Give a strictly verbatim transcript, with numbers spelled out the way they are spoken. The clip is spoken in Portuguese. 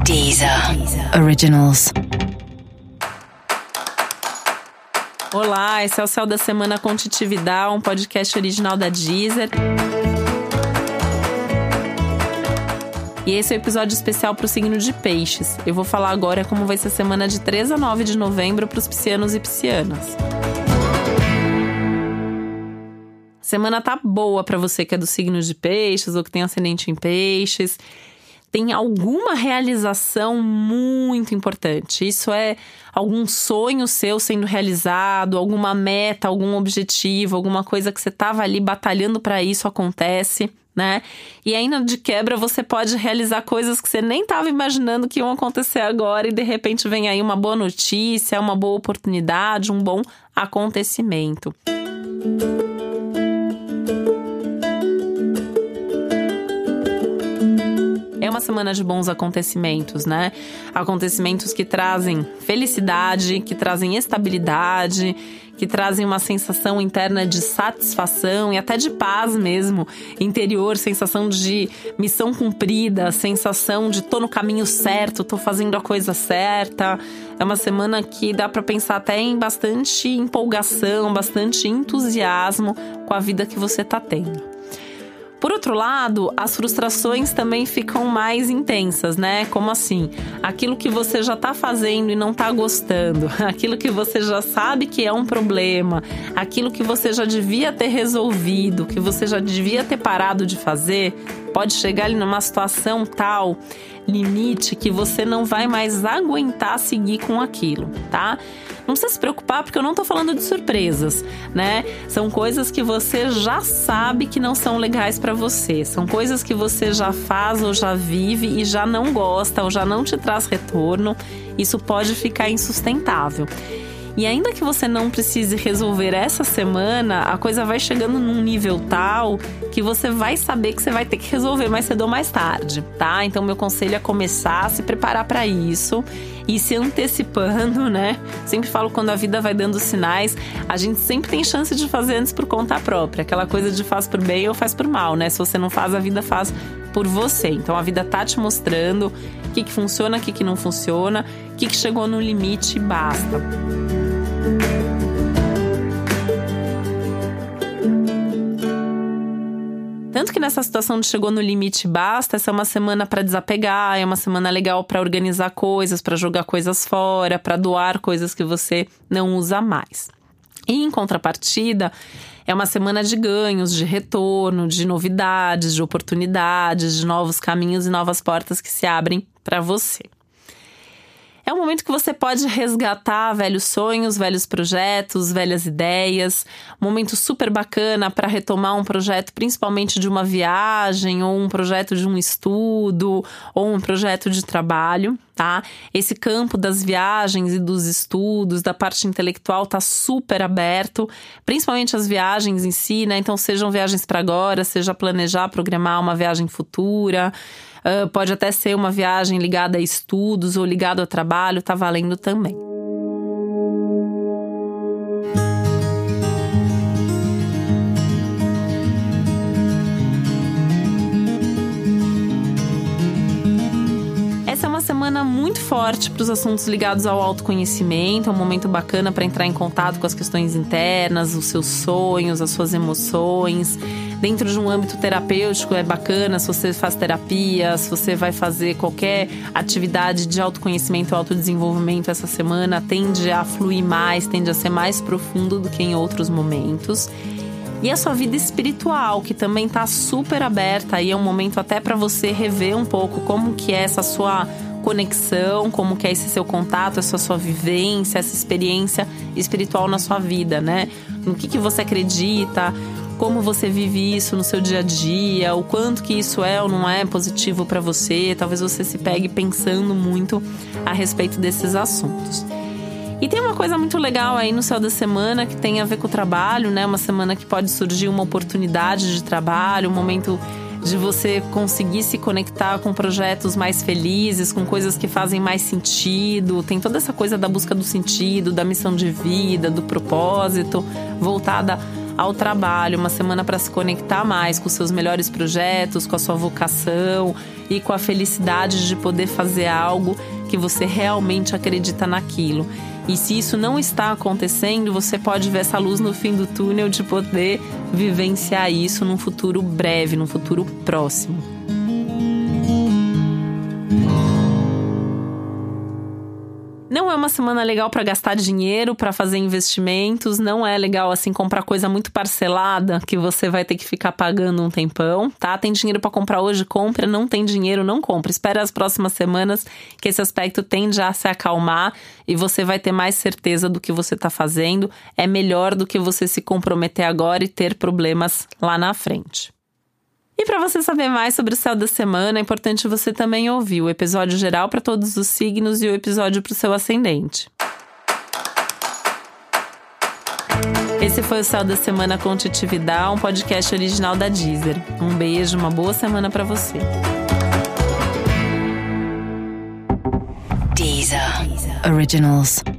Deezer Originals. Olá, esse é o Céu da Semana com Titi Vidal, um podcast original da Deezer. E esse é o um episódio especial para o signo de Peixes. Eu vou falar agora como vai ser a semana de três a nove de novembro para os piscianos e piscianas. Semana tá boa para você que é do signo de Peixes ou que tem ascendente em Peixes. Tem alguma realização muito importante. Isso é algum sonho seu sendo realizado, alguma meta, algum objetivo, alguma coisa que você estava ali batalhando para isso acontece, né? E ainda de quebra você pode realizar coisas que você nem estava imaginando que iam acontecer agora e de repente vem aí uma boa notícia, uma boa oportunidade, um bom acontecimento. É uma semana de bons acontecimentos, né? Acontecimentos que trazem felicidade, que trazem estabilidade, que trazem uma sensação interna de satisfação e até de paz mesmo, interior, sensação de missão cumprida, sensação de tô no caminho certo, tô fazendo a coisa certa. É uma semana que dá para pensar até em bastante empolgação, bastante entusiasmo com a vida que você tá tendo. Por outro lado, as frustrações também ficam mais intensas, né? Como assim? Aquilo que você já tá fazendo e não tá gostando, aquilo que você já sabe que é um problema, aquilo que você já devia ter resolvido, que você já devia ter parado de fazer, pode chegar ali numa situação tal, limite, que você não vai mais aguentar seguir com aquilo, tá? Não precisa se preocupar porque eu não tô falando de surpresas, né? São coisas que você já sabe que não são legais pra você. São coisas que você já faz ou já vive e já não gosta ou já não te traz retorno. Isso pode ficar insustentável. E ainda que você não precise resolver essa semana, a coisa vai chegando num nível tal que você vai saber que você vai ter que resolver mais cedo ou mais tarde, tá? Então, meu conselho é começar a se preparar para isso e se antecipando, né? Sempre falo, quando a vida vai dando sinais, a gente sempre tem chance de fazer antes por conta própria. Aquela coisa de faz por bem ou faz por mal, né? Se você não faz, a vida faz por você. Então, a vida tá te mostrando o que que funciona, o que que não funciona, o que que chegou no limite e basta. Tanto que nessa situação de chegou no limite basta, essa é uma semana para desapegar, é uma semana legal para organizar coisas, para jogar coisas fora, para doar coisas que você não usa mais. E em contrapartida, é uma semana de ganhos, de retorno, de novidades, de oportunidades, de novos caminhos e novas portas que se abrem para você. É um momento que você pode resgatar velhos sonhos, velhos projetos, velhas ideias. Um momento super bacana para retomar um projeto, principalmente de uma viagem, ou um projeto de um estudo, ou um projeto de trabalho, tá? Esse campo das viagens e dos estudos, da parte intelectual, tá super aberto, principalmente as viagens em si, né? Então, sejam viagens para agora, seja planejar, programar uma viagem futura. Uh, pode até ser uma viagem ligada a estudos ou ligada ao trabalho, tá valendo também. Essa é uma semana muito forte para os assuntos ligados ao autoconhecimento, é um momento bacana para entrar em contato com as questões internas, os seus sonhos, as suas emoções. Dentro de um âmbito terapêutico é bacana se você faz terapia, se você vai fazer qualquer atividade de autoconhecimento ou autodesenvolvimento essa semana, tende a fluir mais, tende a ser mais profundo do que em outros momentos. E a sua vida espiritual, que também está super aberta, e é um momento até para você rever um pouco como que é essa sua conexão, como que é esse seu contato, essa sua vivência, essa experiência espiritual na sua vida, né? No que que você acredita, como você vive isso no seu dia a dia, o quanto que isso é ou não é positivo para você. Talvez você se pegue pensando muito a respeito desses assuntos. E tem uma coisa muito legal aí no céu da semana que tem a ver com o trabalho, né? Uma semana que pode surgir uma oportunidade de trabalho, um momento de você conseguir se conectar com projetos mais felizes, com coisas que fazem mais sentido. Tem toda essa coisa da busca do sentido, da missão de vida, do propósito, voltada ao trabalho, uma semana para se conectar mais com os seus melhores projetos, com a sua vocação e com a felicidade de poder fazer algo que você realmente acredita naquilo. E se isso não está acontecendo, você pode ver essa luz no fim do túnel de poder vivenciar isso num futuro breve, num futuro próximo. Não é uma semana legal para gastar dinheiro, para fazer investimentos. Não é legal, assim, comprar coisa muito parcelada que você vai ter que ficar pagando um tempão, tá? Tem dinheiro para comprar hoje, compra. Não tem dinheiro, não compra. Espera as próximas semanas que esse aspecto tende a se acalmar e você vai ter mais certeza do que você está fazendo. É melhor do que você se comprometer agora e ter problemas lá na frente. E para você saber mais sobre o céu da semana, é importante você também ouvir o episódio geral para todos os signos e o episódio para o seu ascendente. Esse foi o Céu da Semana com Titi Vidal, um podcast original da Deezer. Um beijo, uma boa semana para você. Deezer. Originals.